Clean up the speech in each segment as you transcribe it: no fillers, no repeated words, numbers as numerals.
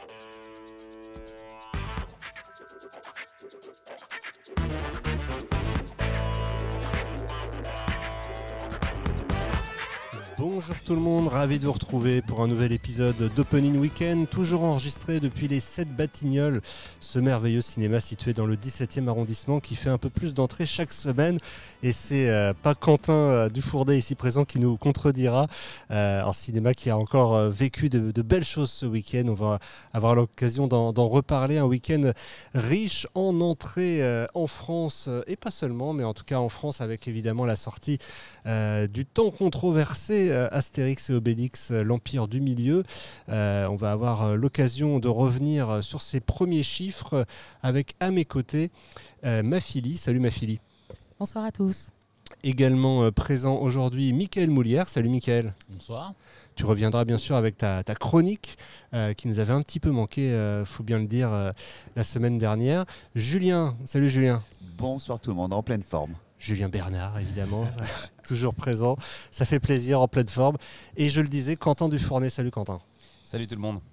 Bonjour tout le monde, ravi de vous retrouver pour un nouvel épisode d'Opening Weekend, toujours enregistré depuis les 7 Batignolles, ce merveilleux cinéma situé dans le 17e arrondissement qui fait un peu plus d'entrées chaque semaine. Et c'est pas Quentin Dufourdet ici présent qui nous contredira. Un cinéma qui a encore vécu de belles choses ce week-end. On va avoir l'occasion d'en reparler. Un week-end riche en entrées en France, et pas seulement, mais en tout cas en France avec évidemment la sortie du tant controversé Astérix et Obélix, l'Empire du Milieu. On va avoir l'occasion de revenir sur ces premiers chiffres avec à mes côtés Mafili. Salut Mafili. Bonsoir à tous. Également présent aujourd'hui Mickaël Moulière. Salut Mickaël. Bonsoir. Tu reviendras bien sûr avec ta chronique qui nous avait un petit peu manqué, faut bien le dire, la semaine dernière. Julien. Salut Julien. Bonsoir tout le monde, en pleine forme. Julien Bernard, évidemment, toujours présent. Ça fait plaisir, en pleine forme. Et je le disais, Quentin Dufournet. Salut Quentin. Salut tout le monde.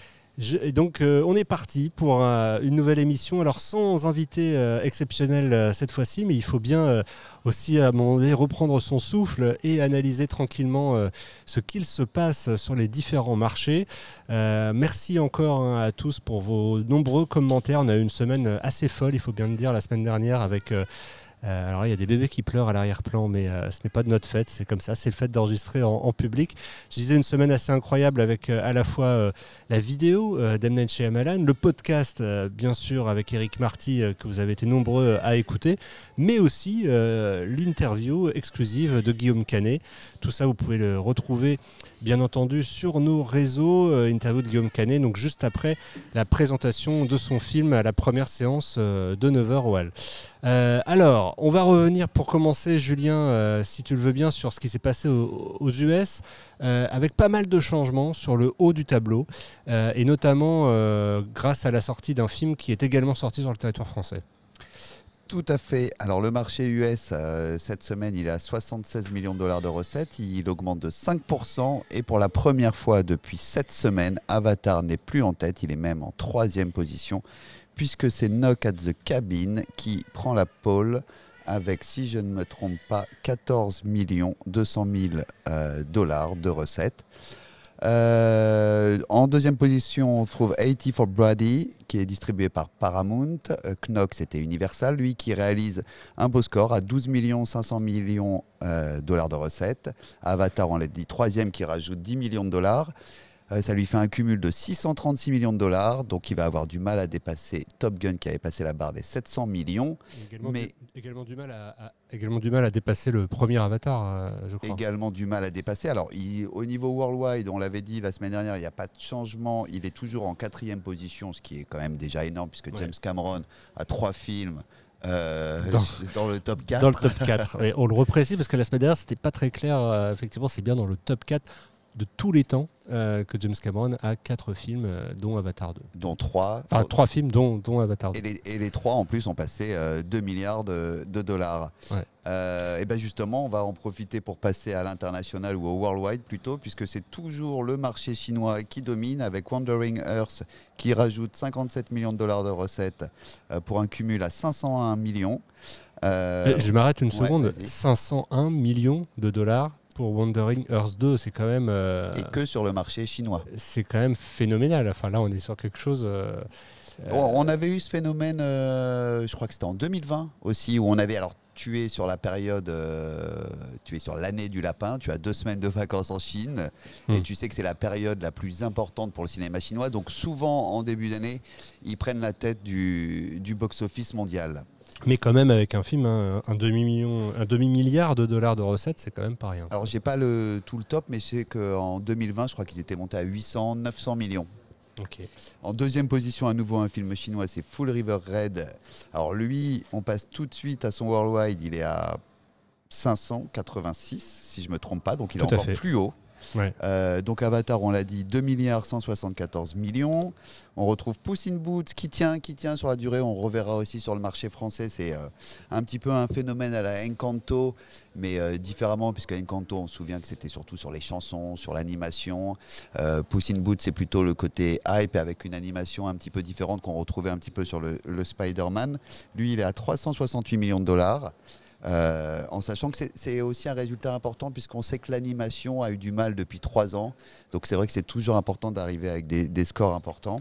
Donc, on est parti pour une nouvelle émission. Alors, sans invité exceptionnel cette fois-ci, mais il faut bien aussi, à un moment donné, reprendre son souffle et analyser tranquillement ce qu'il se passe sur les différents marchés. Merci encore à tous pour vos nombreux commentaires. On a eu une semaine assez folle, il faut bien le dire, la semaine dernière avec... alors il y a des bébés qui pleurent à l'arrière-plan, mais ce n'est pas de notre fête, c'est comme ça, c'est le fait d'enregistrer en public. Je disais une semaine assez incroyable avec à la fois la vidéo d'M. Night Shyamalan, le podcast bien sûr avec Eric Marty que vous avez été nombreux à écouter, mais aussi l'interview exclusive de Guillaume Canet. Tout ça vous pouvez le retrouver bien entendu sur nos réseaux, interview de Guillaume Canet, donc juste après la présentation de son film à la première séance de 9h au Hall. Alors, on va revenir pour commencer, Julien, si tu le veux bien, sur ce qui s'est passé aux US, avec pas mal de changements sur le haut du tableau, et notamment grâce à la sortie d'un film qui est également sorti sur le territoire français. Tout à fait. Alors le marché US, cette semaine, il est à 76 millions de dollars de recettes. Il augmente de 5%. Et pour la première fois depuis 7 semaines, Avatar n'est plus en tête. Il est même en 3e position, puisque c'est Knock at the Cabin qui prend la pole avec, si je ne me trompe pas, 14 200 000 dollars de recettes. En 2e position, on trouve 80 for Brady, qui est distribué par Paramount. Knock, c'était Universal, lui, qui réalise un beau score à 12 500 000 dollars de recettes. Avatar, on l'a dit, 3e, qui rajoute 10 millions de dollars. Ça lui fait un cumul de 636 millions de dollars, donc il va avoir du mal à dépasser Top Gun qui avait passé la barre des 700 millions. Également du mal à dépasser le premier Avatar, je crois. Également du mal à dépasser. Alors, au niveau worldwide, on l'avait dit la semaine dernière, il n'y a pas de changement. Il est toujours en 4e position, ce qui est quand même déjà énorme, puisque James Cameron a 3 films dans le top 4. Dans le top 4. Et on le reprécise parce que la semaine dernière, c'était pas très clair. Effectivement, c'est bien dans le top 4 de tous les temps que James Cameron a 4 films, dont Avatar 2. Dont 3. Enfin, 3 films, dont Avatar 2. Et les 3, en plus, ont passé 2 milliards de dollars. Ouais. Et bien justement, on va en profiter pour passer à l'international ou au worldwide plutôt, puisque c'est toujours le marché chinois qui domine, avec Wandering Earth qui rajoute 57 millions de dollars de recettes pour un cumul à 501 millions. Je m'arrête une seconde. Vas-y. 501 millions de dollars pour Wandering Earth 2, c'est quand même... Et que sur le marché chinois. C'est quand même phénoménal. Enfin, là, on est sur quelque chose... On avait eu ce phénomène, je crois que c'était en 2020 aussi, où on avait... Alors, tu es sur la période, tu es sur l'année du lapin, tu as 2 semaines de vacances en Chine, et tu sais que c'est la période la plus importante pour le cinéma chinois. Donc souvent, en début d'année, ils prennent la tête du box-office mondial. Mais quand même, avec un film, un demi-milliard de dollars de recettes, c'est quand même pas rien. Alors, j'ai pas tout le top, mais je sais qu'en 2020, je crois qu'ils étaient montés à 800, 900 millions. Okay. En 2e position, à nouveau un film chinois, c'est Full River Red. Alors lui, on passe tout de suite à son worldwide, il est à 586, si je ne me trompe pas, donc il est encore plus haut. Ouais. Donc Avatar, on l'a dit, 2 milliards 174 millions. On retrouve Puss in Boots qui tient sur la durée. On reverra aussi sur le marché français. C'est un petit peu un phénomène à la Encanto, mais différemment, puisqu'à Encanto, on se souvient que c'était surtout sur les chansons, sur l'animation. Puss in Boots, c'est plutôt le côté hype avec une animation un petit peu différente qu'on retrouvait un petit peu sur le Spider-Man. Lui, il est à 368 millions de dollars. En sachant que c'est aussi un résultat important puisqu'on sait que l'animation a eu du mal depuis 3 ans. Donc c'est vrai que c'est toujours important d'arriver avec des scores importants.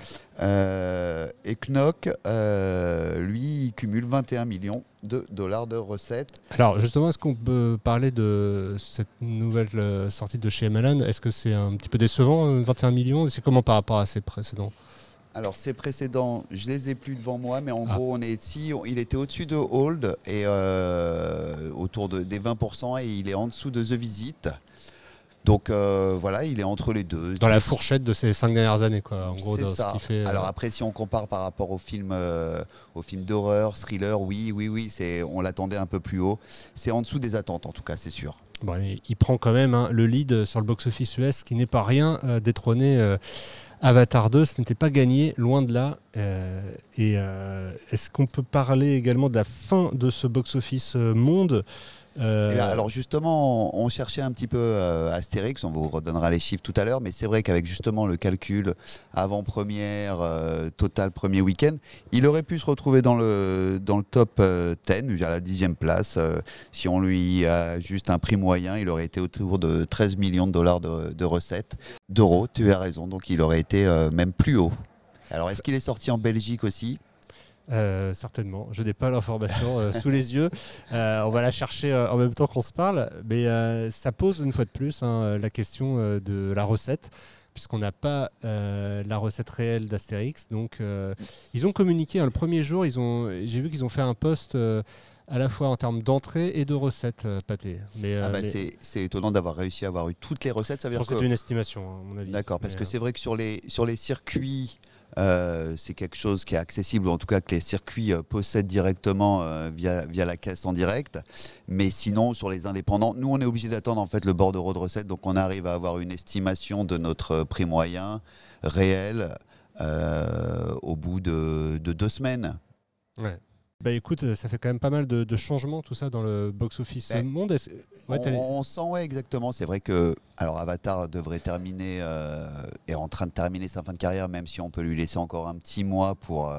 Et Knock, lui, il cumule 21 millions de dollars de recettes. Alors justement, est-ce qu'on peut parler de cette nouvelle sortie de chez Malan? Est-ce que c'est un petit peu décevant, 21 millions? C'est comment par rapport à ses précédents? Alors ces précédents, je les ai plus devant moi, mais en gros, il était au-dessus de Hold et autour des 20% et il est en dessous de The Visit. Donc voilà, il est entre les deux. Dans la fourchette de ces 5 dernières années, quoi. En gros, c'est dans ça. Ce qui fait, Alors après, si on compare par rapport aux films d'horreur, thriller, oui, on l'attendait un peu plus haut. C'est en dessous des attentes, en tout cas, c'est sûr. Bon, il prend quand même le lead sur le box-office US, qui n'est pas rien, détrôné Avatar 2, ce n'était pas gagné, loin de là. Est-ce qu'on peut parler également de la fin de ce box-office monde? Alors justement, on cherchait un petit peu Astérix, on vous redonnera les chiffres tout à l'heure, mais c'est vrai qu'avec justement le calcul avant-première, total premier week-end, il aurait pu se retrouver dans le top 10, à la 10e place. Si on lui a juste un prix moyen, il aurait été autour de 13 millions de dollars de recettes, d'euros, tu as raison, donc il aurait été même plus haut. Alors est-ce qu'il est sorti en Belgique aussi ? Certainement, je n'ai pas l'information sous les yeux. On va la chercher en même temps qu'on se parle, mais ça pose une fois de plus la question de la recette, puisqu'on n'a pas la recette réelle d'Astérix. Donc, ils ont communiqué le premier jour. J'ai vu qu'ils ont fait un post à la fois en termes d'entrée et de recettes, Pathé. C'est étonnant d'avoir réussi à avoir eu toutes les recettes. Ça veut dire que c'est une estimation, à mon avis. D'accord, parce que c'est vrai que sur les circuits. C'est quelque chose qui est accessible, ou en tout cas que les circuits possèdent directement via la caisse en direct. Mais sinon, sur les indépendants, nous, on est obligé d'attendre en fait le bordereau de recettes. Donc, on arrive à avoir une estimation de notre prix moyen réel au bout de 2 semaines. Ouais. Bah écoute, ça fait quand même pas mal de changements tout ça dans le box-office monde. On sent exactement. C'est vrai que Avatar devrait terminer, est en train de terminer sa fin de carrière, même si on peut lui laisser encore un petit mois pour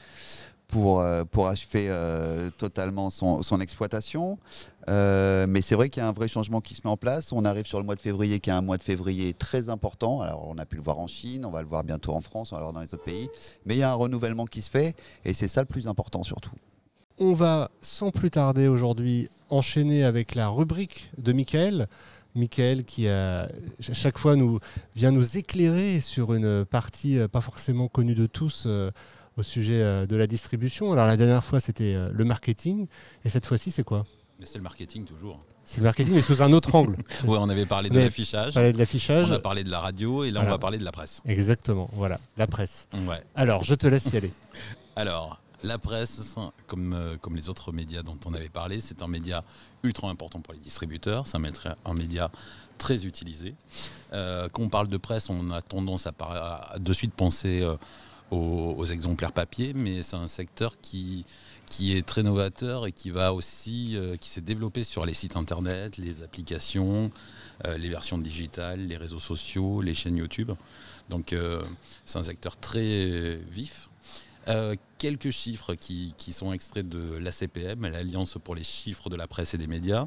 achever totalement son exploitation. Mais c'est vrai qu'il y a un vrai changement qui se met en place. On arrive sur le mois de février, qui est un mois de février très important. Alors on a pu le voir en Chine, on va le voir bientôt en France, on va le voir dans les autres pays. Mais il y a un renouvellement qui se fait et c'est ça le plus important surtout. On va sans plus tarder aujourd'hui enchaîner avec la rubrique de Michael. Michael qui à chaque fois vient nous éclairer sur une partie pas forcément connue de tous au sujet de la distribution. Alors la dernière fois c'était le marketing et cette fois-ci c'est quoi? Mais c'est le marketing toujours. C'est le marketing mais sous un autre angle. Oui, on avait parlé de l'affichage. On a parlé de la radio et là on va parler de la presse. Exactement, voilà, la presse. Ouais. Alors je te laisse y aller. Alors, la presse, comme les autres médias dont on avait parlé, c'est un média ultra important pour les distributeurs. C'est un média très utilisé. Quand on parle de presse, on a tendance à de suite penser aux exemplaires papier, mais c'est un secteur qui est très novateur et qui s'est développé sur les sites internet, les applications, les versions digitales, les réseaux sociaux, les chaînes YouTube. Donc c'est un secteur très vif. Quelques chiffres qui sont extraits de l'ACPM, l'Alliance pour les chiffres de la presse et des médias.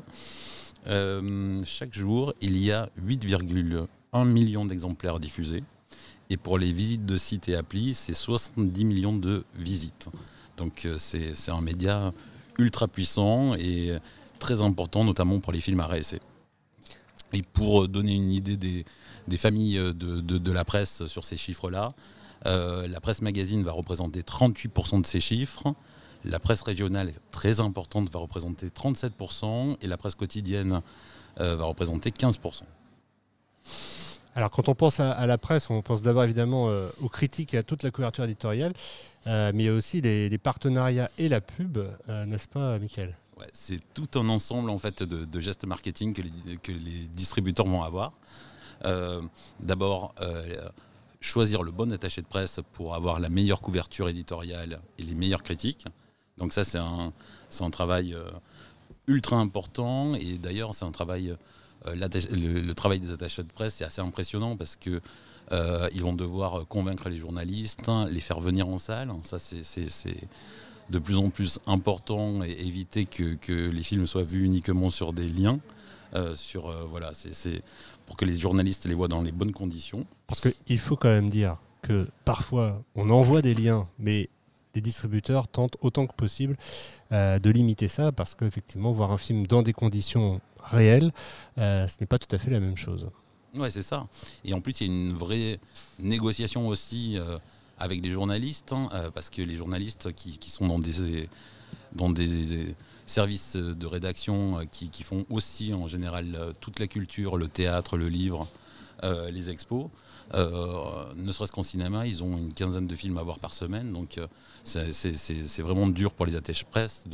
Chaque jour, il y a 8,1 millions d'exemplaires diffusés. Et pour les visites de sites et applis, c'est 70 millions de visites. Donc c'est un média ultra puissant et très important, notamment pour les films à essai. Et pour donner une idée des familles de la presse sur ces chiffres-là, la presse magazine va représenter 38% de ces chiffres. La presse régionale est très importante, va représenter 37%. Et la presse quotidienne va représenter 15%. Alors quand on pense à la presse, on pense d'abord évidemment aux critiques et à toute la couverture éditoriale. Mais il y a aussi les partenariats et la pub, n'est-ce pas, Michael ? Ouais, c'est tout un ensemble en fait de gestes marketing que les distributeurs vont avoir. D'abord, choisir le bon attaché de presse pour avoir la meilleure couverture éditoriale et les meilleures critiques. Donc ça, c'est un travail ultra important. Et d'ailleurs, c'est un travail... le travail des attachés de presse, c'est assez impressionnant parce que ils vont devoir convaincre les journalistes, les faire venir en salle. Ça, c'est de plus en plus important et éviter que les films soient vus uniquement sur des liens. Voilà, c'est pour que les journalistes les voient dans les bonnes conditions. Parce qu'il faut quand même dire que parfois, on envoie des liens, mais les distributeurs tentent autant que possible de limiter ça, parce qu'effectivement, voir un film dans des conditions réelles, ce n'est pas tout à fait la même chose. Ouais, c'est ça. Et en plus, il y a une vraie négociation aussi avec les journalistes, parce que les journalistes qui sont dans des services de rédaction qui font aussi en général toute la culture, le théâtre, le livre, les expos, ne serait-ce qu'en cinéma, ils ont une quinzaine de films à voir par semaine, donc c'est vraiment dur pour les attachés presse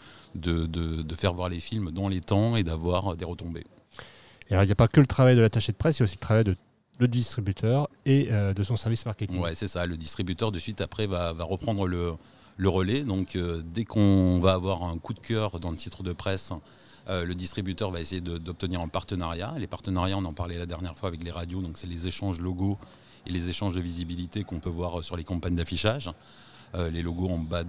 de faire voir les films dans les temps et d'avoir des retombées. Et alors, il n'y a pas que le travail de l'attaché de presse, il y a aussi le travail de le distributeur et de son service marketing. Ouais, c'est ça. Le distributeur, de suite, après, va reprendre le relais. Donc, dès qu'on va avoir un coup de cœur dans le titre de presse, le distributeur va essayer d'obtenir un partenariat. Les partenariats, on en parlait la dernière fois avec les radios, donc c'est les échanges logos et les échanges de visibilité qu'on peut voir sur les campagnes d'affichage. Les logos en bas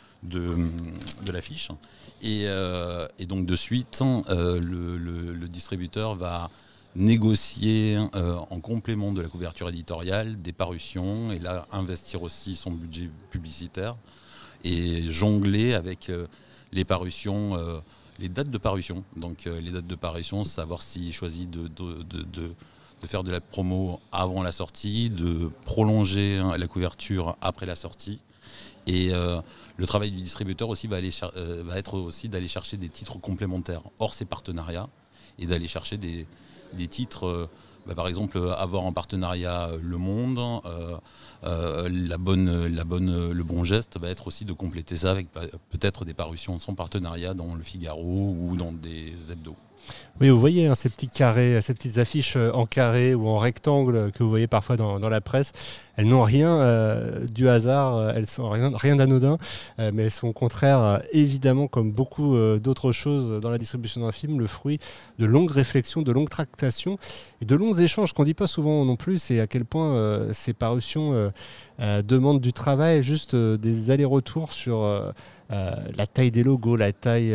de l'affiche. Et donc, de suite, le distributeur va négocier en complément de la couverture éditoriale des parutions et là investir aussi son budget publicitaire et jongler avec les parutions, les dates de parution. Donc les dates de parution, savoir s'il choisit de faire de la promo avant la sortie, de prolonger la couverture après la sortie. Et le travail du distributeur aussi va être aussi d'aller chercher des titres complémentaires hors ces partenariats et d'aller chercher des titres, par exemple avoir en partenariat Le Monde, le bon geste va être aussi de compléter ça avec peut-être des parutions sans partenariat dans Le Figaro ou dans des hebdos. Oui, vous voyez ces petits carrés, ces petites affiches en carré ou en rectangle que vous voyez parfois dans la presse. Elles n'ont rien du hasard, elles sont rien d'anodin, mais elles sont au contraire, évidemment, comme beaucoup d'autres choses dans la distribution d'un film, le fruit de longues réflexions, de longues tractations et de longs échanges qu'on ne dit pas souvent non plus. C'est à quel point ces parutions demandent du travail, juste des allers-retours sur... la taille des logos, la taille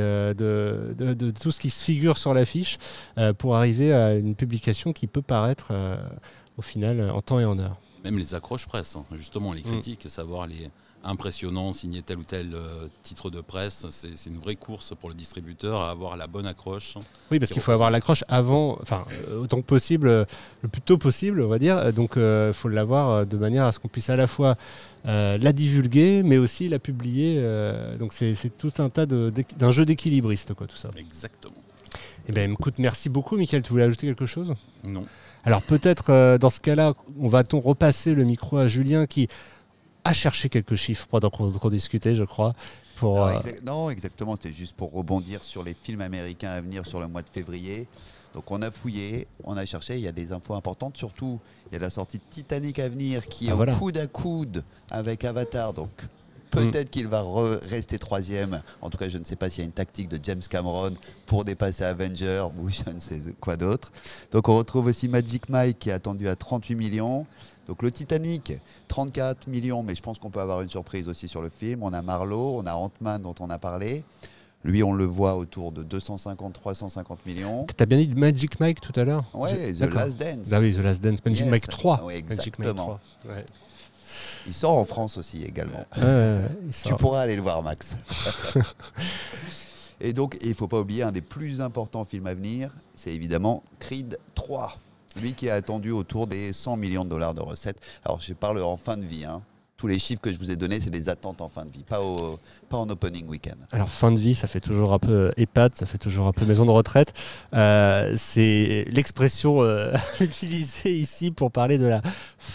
de tout ce qui se figure sur l'affiche pour arriver à une publication qui peut paraître au final en temps et en heure. Même les accroches presse, justement, les critiques, savoir les impressionnants, signer tel ou tel titre de presse, c'est une vraie course pour le distributeur à avoir la bonne accroche. Oui, parce qu'il faut avoir l'accroche avant, autant que possible, le plus tôt possible, on va dire. Donc il faut l'avoir de manière à ce qu'on puisse à la fois la divulguer, mais aussi la publier. Donc c'est tout un tas d'un jeu d'équilibriste, quoi, tout ça. Exactement. Eh bien, écoute, merci beaucoup, Mickaël. Tu voulais ajouter quelque chose ? Non. Alors peut-être, dans ce cas-là, va-t-on repasser le micro à Julien qui a cherché quelques chiffres pendant qu'on discutait, je crois. Non, exactement. C'était juste pour rebondir sur les films américains à venir sur le mois de février. Donc on a fouillé, on a cherché, il y a des infos importantes. Surtout, il y a la sortie de Titanic à venir qui est au coude à coude avec Avatar. Donc peut-être qu'il va rester troisième. En tout cas, je ne sais pas s'il y a une tactique de James Cameron pour dépasser Avengers ou je ne sais quoi d'autre. Donc on retrouve aussi Magic Mike qui est attendu à 38 millions. Donc le Titanic, 34 millions, mais je pense qu'on peut avoir une surprise aussi sur le film. On a Marlowe, on a Ant-Man dont on a parlé. Lui, on le voit autour de 250-350 millions. T'as bien dit Magic Mike tout à l'heure ? Oui, The Last Dance. Ah oui, The Last Dance, Magic Mike 3. Oui, Magic exactement. Mike 3. Ouais. Il sort en France aussi également. Tu pourras aller le voir, Max. Et donc, il ne faut pas oublier un des plus importants films à venir, c'est évidemment Creed 3. Lui qui a attendu autour des 100 millions de dollars de recettes. Alors, je parle en fin de vie. Tous les chiffres que je vous ai donnés, c'est des attentes en fin de vie, pas en opening week-end. Alors, fin de vie, ça fait toujours un peu EHPAD, ça fait toujours un peu maison de retraite. C'est l'expression utilisée ici pour parler de la fin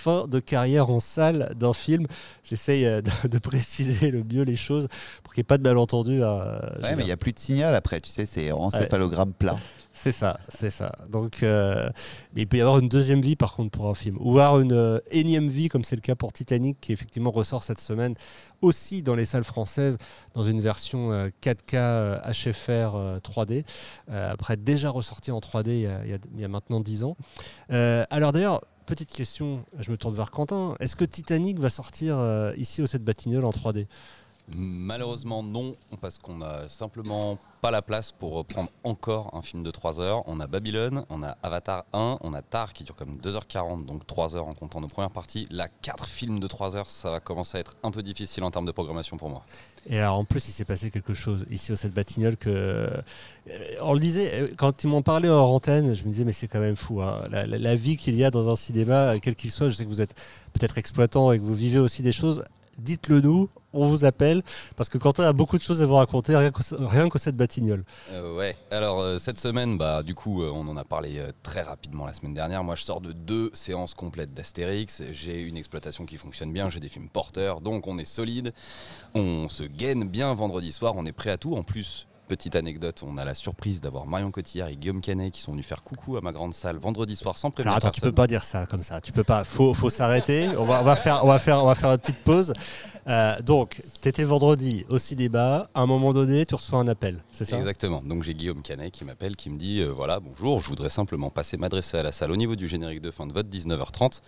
fin de carrière en salle d'un film. J'essaye de préciser le mieux les choses pour qu'il n'y ait pas de malentendu. Ouais, mais il n'y a plus de signal après, tu sais, c'est encéphalogramme plat. C'est ça. Donc, mais il peut y avoir une deuxième vie par contre pour un film, ou avoir une énième vie comme c'est le cas pour Titanic, qui effectivement ressort cette semaine aussi dans les salles françaises dans une version 4K HFR 3D, après être déjà ressorti en 3D il y a maintenant 10 ans. Alors d'ailleurs, petite question, je me tourne vers Quentin, est-ce que Titanic va sortir ici au 7 Batignolles en 3D ? Malheureusement non, parce qu'on n'a simplement pas la place pour prendre encore un film de 3 heures. On a Babylone, on a Avatar 1, on a Tar qui dure comme 2h40, donc 3 heures en comptant nos premières parties. Là, 4 films de 3 heures, ça va commencer à être un peu difficile en termes de programmation pour moi. Et alors en plus, il s'est passé quelque chose ici au 7 Batignolles que... On le disait, quand ils m'en parlaient hors antenne, je me disais mais c'est quand même fou, hein. La vie qu'il y a dans un cinéma, quel qu'il soit. Je sais que vous êtes peut-être exploitant et que vous vivez aussi des choses. Dites-le nous, on vous appelle, parce que Quentin a beaucoup de choses à vous raconter, rien qu'au 7 Batignolles. Ouais, alors cette semaine, du coup, on en a parlé très rapidement la semaine dernière. Moi, je sors de 2 séances complètes d'Astérix. J'ai une exploitation qui fonctionne bien, j'ai des films porteurs, donc on est solide. On se gaine bien vendredi soir, on est prêt à tout. En plus, petite anecdote, on a la surprise d'avoir Marion Cotillard et Guillaume Canet qui sont venus faire coucou à ma grande salle vendredi soir sans prévenir. Alors attends, personne. tu peux pas dire ça comme ça. Tu peux pas. Faut s'arrêter. On va faire une petite pause. Donc, tu étais vendredi au cinéma. À un moment donné, tu reçois un appel. C'est ça ? Exactement. Donc j'ai Guillaume Canet qui m'appelle, qui me dit voilà, bonjour, je voudrais simplement m'adresser à la salle au niveau du générique de fin de votre 19h30.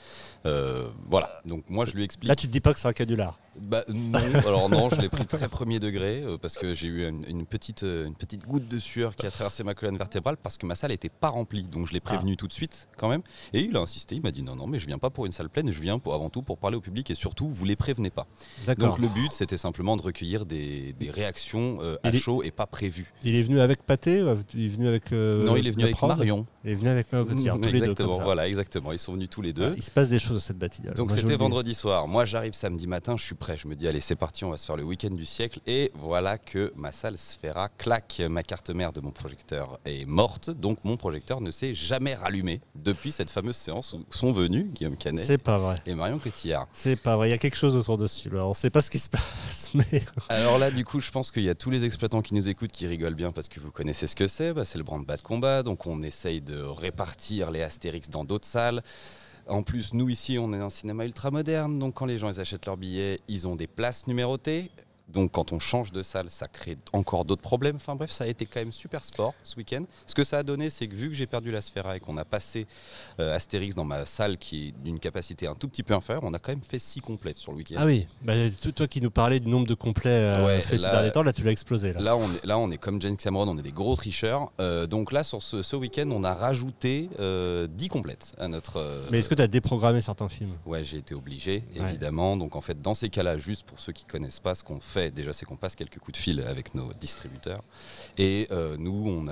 Voilà. Donc moi je lui explique. Là, tu te dis pas que c'est un canular. Non, alors non, je l'ai pris très premier degré parce que j'ai eu une petite goutte de sueur qui a traversé ma colonne vertébrale parce que ma salle n'était pas remplie. Donc je l'ai prévenu tout de suite quand même. Et il a insisté, il m'a dit non, mais je viens pas pour une salle pleine, je viens avant tout pour parler au public et surtout, vous les prévenez pas. D'accord. Donc le but, c'était simplement de recueillir des réactions à chaud et pas prévues. Il est venu avec Pathé ou il est venu avec non, il est venu avec Marion. Il est venu avec Marion Cotillard, tous les deux comme ça. Voilà, exactement. Ils sont venus tous les deux. Il se passe des choses au 7 Batignolles. Donc c'était vendredi soir. Moi, j'arrive samedi matin, je suis prêt. Je me dis, allez, c'est parti, on va se faire le week-end du siècle. Et voilà que ma salle Sphera claque. Ma carte mère de mon projecteur est morte. Donc mon projecteur ne s'est jamais rallumé depuis cette fameuse séance où sont venus Guillaume Canet c'est pas vrai. Et Marion Cotillard. C'est pas vrai. Il y a quelque chose autour de celui-là. On ne sait pas ce qui se passe. Mais... Alors là, du coup, je pense qu'il y a tous les exploitants qui nous écoutent qui rigolent bien parce que vous connaissez ce que c'est. C'est le branle-bas de combat. Donc on essaye de répartir les Astérix dans d'autres salles. En plus, nous ici, on est un cinéma ultra moderne, donc quand les gens ils achètent leurs billets, ils ont des places numérotées. Donc quand on change de salle, ça crée encore d'autres problèmes. Enfin bref, ça a été quand même super sport ce week-end. Ce que ça a donné, c'est que vu que j'ai perdu la Sphera et qu'on a passé Astérix dans ma salle qui est d'une capacité un tout petit peu inférieure, on a quand même fait 6 complètes sur le week-end. Ah oui, toi qui nous parlais du nombre de complets fait ces derniers temps, là tu l'as explosé. Là on est comme James Cameron, on est des gros tricheurs. Donc là, sur ce week-end, on a rajouté 10 complètes à notre... Mais est-ce que tu as déprogrammé certains films ? Ouais, j'ai été obligé, évidemment. Donc en fait, dans ces cas-là, juste pour ceux qui ne connaissent pas, ce qu'on fait, déjà, c'est qu'on passe quelques coups de fil avec nos distributeurs. Et nous, on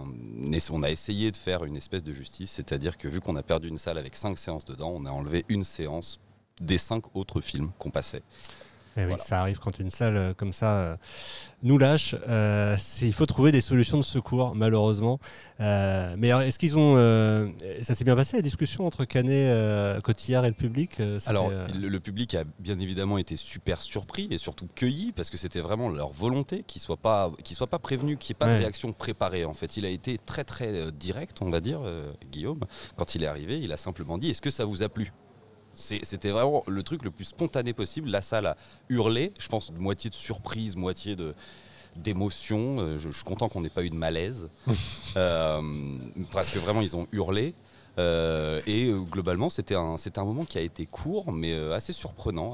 a essayé de faire une espèce de justice, c'est-à-dire que vu qu'on a perdu une salle avec 5 séances dedans, on a enlevé une séance des 5 autres films qu'on passait. Et oui, ça arrive quand une salle comme ça nous lâche. Il faut trouver des solutions de secours, malheureusement. Mais alors, est-ce qu'ils ont... ça s'est bien passé, la discussion entre Canet, Cotillard et le public Alors, le public a bien évidemment été super surpris et surtout cueilli parce que c'était vraiment leur volonté qu'ils ne soient pas prévenus, qu'il n'y ait pas de réaction préparée. En fait, il a été très très direct, on va dire, Guillaume. Quand il est arrivé, il a simplement dit « Est-ce que ça vous a plu ?» C'était vraiment le truc le plus spontané possible. La salle a hurlé, je pense moitié de surprise, moitié d'émotion. Je suis content qu'on n'ait pas eu de malaise. Parce que vraiment, ils ont hurlé. Et globalement, c'était un moment qui a été court, mais assez surprenant,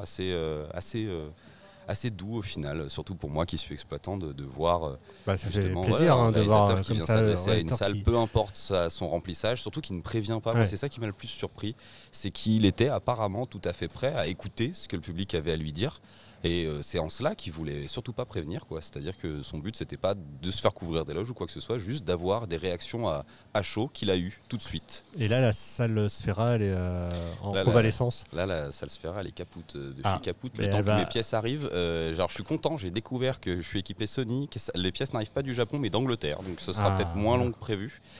assez doux au final, surtout pour moi qui suis exploitant de voir ça justement fait plaisir, un réalisateur qui vient s'adresser à une salle, peu importe son remplissage, surtout qui ne prévient pas. Moi, c'est ça qui m'a le plus surpris, c'est qu'il était apparemment tout à fait prêt à écouter ce que le public avait à lui dire. Et c'est en cela qu'il voulait surtout pas prévenir, quoi. C'est-à-dire que son but c'était pas de se faire couvrir des loges ou quoi que ce soit, juste d'avoir des réactions à chaud qu'il a eu tout de suite. Et là la salle Sphera elle est en convalescence. Là la salle Sphera elle est capoute chez capoute. Le temps que mes pièces arrivent, genre je suis content, j'ai découvert que je suis équipé Sony, que les pièces n'arrivent pas du Japon mais d'Angleterre, donc ce sera peut-être moins long que prévu.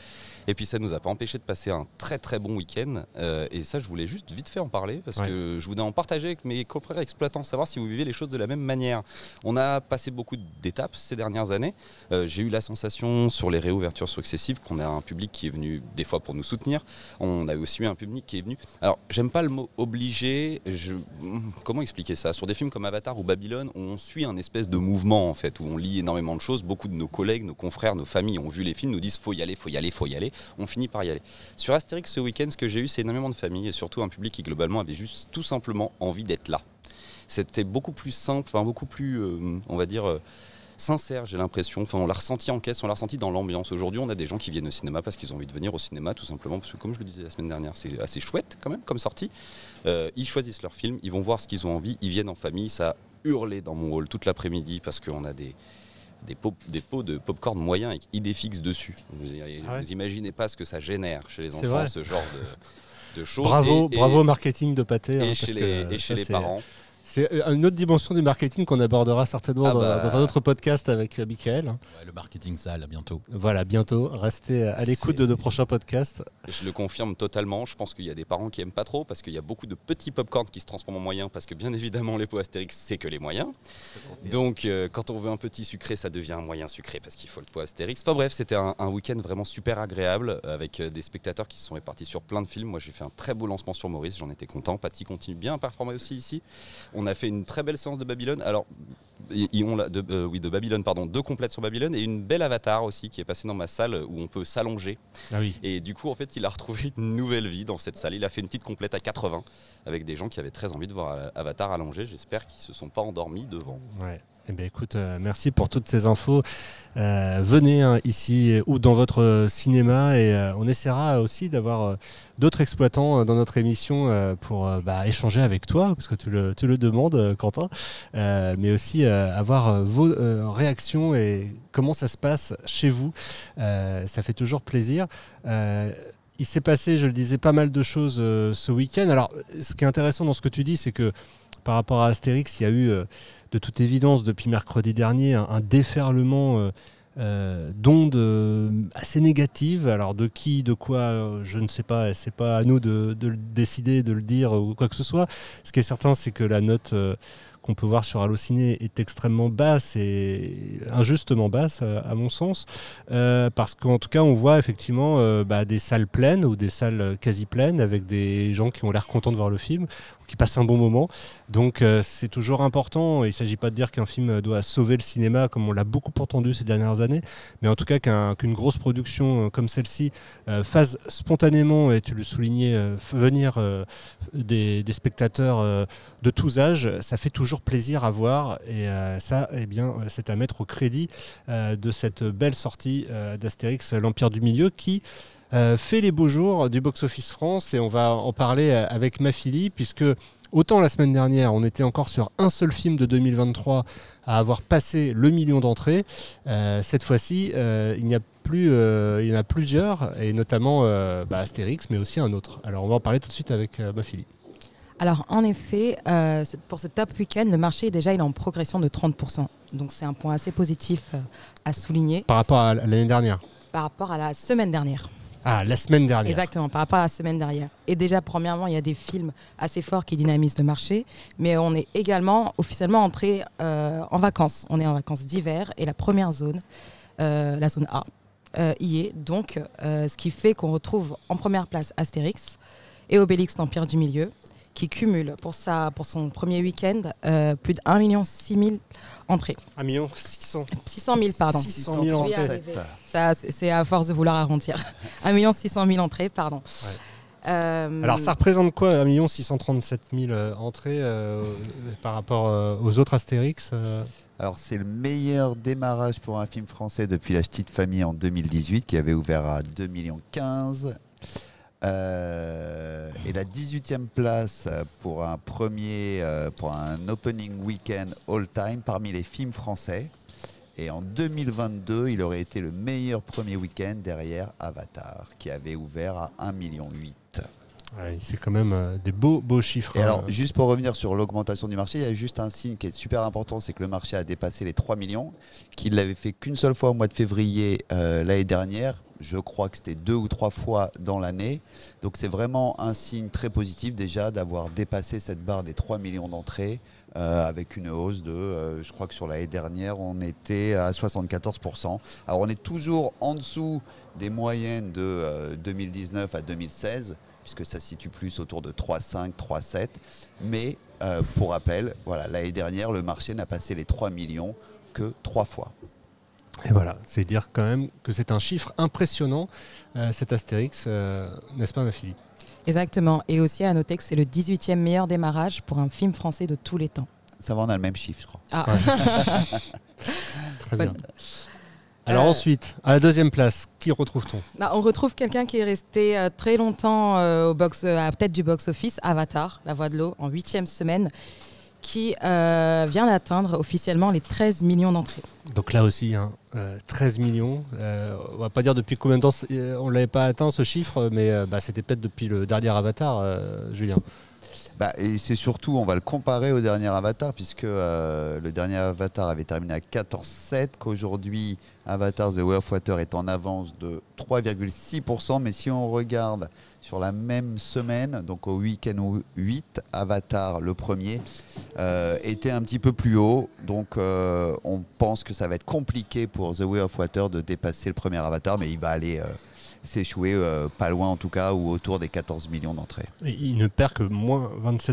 Et puis ça ne nous a pas empêché de passer un très très bon week-end. Et ça, je voulais juste vite fait en parler parce que je voulais en partager avec mes confrères exploitants, savoir si vous vivez les choses de la même manière. On a passé beaucoup d'étapes ces dernières années. J'ai eu la sensation sur les réouvertures successives qu'on a un public qui est venu des fois pour nous soutenir. On a aussi eu un public qui est venu. Alors, j'aime pas le mot obligé. Comment expliquer ça ? Sur des films comme Avatar ou Babylone, on suit un espèce de mouvement en fait, où on lit énormément de choses. Beaucoup de nos collègues, nos confrères, nos familles ont vu les films, nous disent faut y aller, faut y aller, faut y aller. On finit par y aller. Sur Astérix ce week-end, ce que j'ai eu, c'est énormément de familles et surtout un public qui globalement avait juste tout simplement envie d'être là. C'était beaucoup plus simple, beaucoup plus, on va dire, sincère, j'ai l'impression. Enfin, on l'a ressenti en caisse, on l'a ressenti dans l'ambiance. Aujourd'hui, on a des gens qui viennent au cinéma parce qu'ils ont envie de venir au cinéma, tout simplement parce que, comme je le disais la semaine dernière, c'est assez chouette quand même comme sortie. Ils choisissent leur film, ils vont voir ce qu'ils ont envie, ils viennent en famille. Ça a hurlé dans mon hall toute l'après-midi parce qu'on a des pots de popcorn moyens avec idée fixe dessus. Vous imaginez pas ce que ça génère chez les enfants, ce genre de choses. Bravo au marketing de Pathé. Et chez les parents. C'est une autre dimension du marketing qu'on abordera certainement dans un autre podcast avec Michael. Ouais, le marketing sale, à bientôt. Voilà, bientôt. Restez à l'écoute de nos prochains podcasts. Je le confirme totalement. Je pense qu'il y a des parents qui n'aiment pas trop parce qu'il y a beaucoup de petits pop-corn qui se transforment en moyens parce que bien évidemment les pots Astérix c'est que les moyens. Donc quand on veut un petit sucré ça devient un moyen sucré parce qu'il faut le pot Astérix. Enfin bref, c'était un week-end vraiment super agréable avec des spectateurs qui se sont répartis sur plein de films. Moi j'ai fait un très beau lancement sur Maurice, j'en étais content. Paty continue bien à performer aussi ici. On a fait une très belle séance de Babylone. Alors, de Babylone, pardon, 2 complètes sur Babylone et une belle Avatar aussi qui est passée dans ma salle où on peut s'allonger. Ah oui. Et du coup, en fait, il a retrouvé une nouvelle vie dans cette salle. Il a fait une petite complète à 80 avec des gens qui avaient très envie de voir Avatar allongé. J'espère qu'ils ne se sont pas endormis devant. Ouais. Eh bien, écoute, merci pour toutes ces infos. Venez ici ou dans votre cinéma et on essaiera aussi d'avoir d'autres exploitants dans notre émission pour échanger avec toi, parce que tu le demandes, Quentin, mais aussi avoir vos réactions et comment ça se passe chez vous. Ça fait toujours plaisir. Il s'est passé, je le disais, pas mal de choses ce week-end. Alors, ce qui est intéressant dans ce que tu dis, c'est que par rapport à Astérix, il y a eu de toute évidence depuis mercredi dernier un déferlement d'ondes assez négatives. Alors de qui, de quoi, je ne sais pas. C'est pas à nous de le décider, de le dire ou quoi que ce soit. Ce qui est certain, c'est que la note qu'on peut voir sur Allociné est extrêmement basse et injustement basse à mon sens, parce qu'en tout cas on voit effectivement des salles pleines ou des salles quasi pleines avec des gens qui ont l'air contents de voir le film, qui passent un bon moment. Donc c'est toujours important. Il ne s'agit pas de dire qu'un film doit sauver le cinéma comme on l'a beaucoup entendu ces dernières années, mais en tout cas qu'une grosse production comme celle-ci fasse spontanément, et tu le soulignais, venir des spectateurs de tous âges, ça fait toujours plaisir à voir. Et ça, eh bien, c'est à mettre au crédit de cette belle sortie d'Astérix, l'Empire du Milieu, qui fait les beaux jours du box-office France. Et on va en parler avec Mafili, puisque autant la semaine dernière, on était encore sur un seul film de 2023 à avoir passé le million d'entrées. Cette fois-ci, il y en a plusieurs, et notamment Astérix, mais aussi un autre. Alors on va en parler tout de suite avec Mafili. Alors en effet, pour ce top week-end, le marché déjà il est en progression de 30%. Donc c'est un point assez positif à souligner. Par rapport à l'année dernière ? Par rapport à la semaine dernière. Ah, la semaine dernière. Exactement, par rapport à la semaine dernière. Et déjà, premièrement, il y a des films assez forts qui dynamisent le marché, mais on est également officiellement entré en vacances. On est en vacances d'hiver et la première zone, la zone A, y est. Donc, ce qui fait qu'on retrouve en première place Astérix et Obélix, l'Empire du Milieu, qui cumule pour son premier week-end plus de 1,6 million entrées. 1,6 million, pardon. 600 000 entrées. Ça, c'est à force de vouloir arrondir. 1,6 million entrées, pardon. Ouais. Alors ça représente quoi, 1 637 000 entrées par rapport aux autres Astérix Alors c'est le meilleur démarrage pour un film français depuis La Petite Famille en 2018, qui avait ouvert à 2,15 millions. Et la 18e place pour un opening weekend all-time parmi les films français. Et en 2022, il aurait été le meilleur premier week-end derrière Avatar, qui avait ouvert à 1,8 million. Ouais, c'est quand même des beaux chiffres. Et alors, juste pour revenir sur l'augmentation du marché, il y a juste un signe qui est super important, c'est que le marché a dépassé les 3 millions, qu'il l'avait fait qu'une seule fois au mois de février l'année dernière. Je crois que c'était 2 ou 3 fois dans l'année. Donc c'est vraiment un signe très positif déjà d'avoir dépassé cette barre des 3 millions d'entrées avec une hausse de, je crois que sur l'année dernière, on était à 74%. Alors on est toujours en dessous des moyennes de 2019 à 2016, puisque ça se situe plus autour de 3,5, 3,7. Mais pour rappel, voilà, l'année dernière, le marché n'a passé les 3 millions que 3 fois. Et voilà, c'est dire quand même que c'est un chiffre impressionnant, cet Astérix, n'est-ce pas ma fille? Exactement. Et aussi à noter que c'est le 18e meilleur démarrage pour un film français de tous les temps. Ça va, on a le même chiffre, je crois. Ah. Ouais. Très bien. Bonne. Alors ensuite, à la deuxième place, qui retrouve-t-on? On retrouve quelqu'un qui est resté très longtemps à la tête du box-office, Avatar, La Voix de l'eau, en 8e semaine, qui vient d'atteindre officiellement les 13 millions d'entrées. Donc là aussi, 13 millions. On va pas dire depuis combien de temps on ne l'avait pas atteint ce chiffre, mais c'était peut-être depuis le dernier Avatar, Julien. Et c'est surtout, on va le comparer au dernier Avatar, puisque le dernier Avatar avait terminé à 14,7, qu'aujourd'hui, Avatar The Way of Water est en avance de 3,6%. Mais si on regarde sur la même semaine, donc au week-end 8, Avatar, le premier, était un petit peu plus haut. Donc on pense que ça va être compliqué pour The Way of Water de dépasser le premier Avatar, mais il va aller s'échouer pas loin en tout cas, ou autour des 14 millions d'entrées. Et il ne perd que moins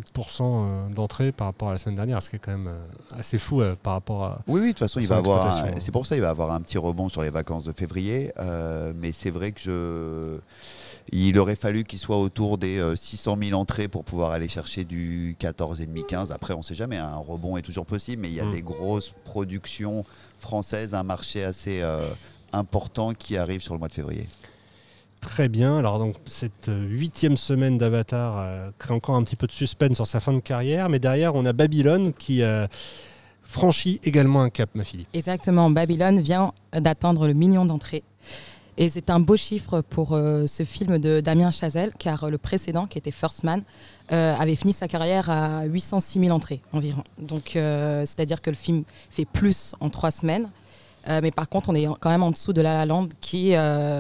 27% d'entrées par rapport à la semaine dernière, ce qui est quand même assez fou par rapport à... Oui, de toute façon, il son va avoir exploitation. c'est pour ça qu'il va avoir un petit rebond sur les vacances de février. Mais c'est vrai que il aurait fallu qu'il soit autour des 600 000 entrées pour pouvoir aller chercher du 14,5-15. Après, on ne sait jamais, un rebond est toujours possible, mais il y a des grosses productions françaises, un marché assez important qui arrive sur le mois de février. Très bien, alors donc cette 8e semaine d'Avatar crée encore un petit peu de suspense sur sa fin de carrière, mais derrière on a Babylone qui franchit également un cap, ma fille. Exactement, Babylone vient d'atteindre le million d'entrées. Et c'est un beau chiffre pour ce film de Damien Chazelle, car le précédent, qui était First Man, avait fini sa carrière à 806 000 entrées environ. Donc c'est-à-dire que le film fait plus en 3 semaines, mais par contre on est quand même en dessous de La La Land qui...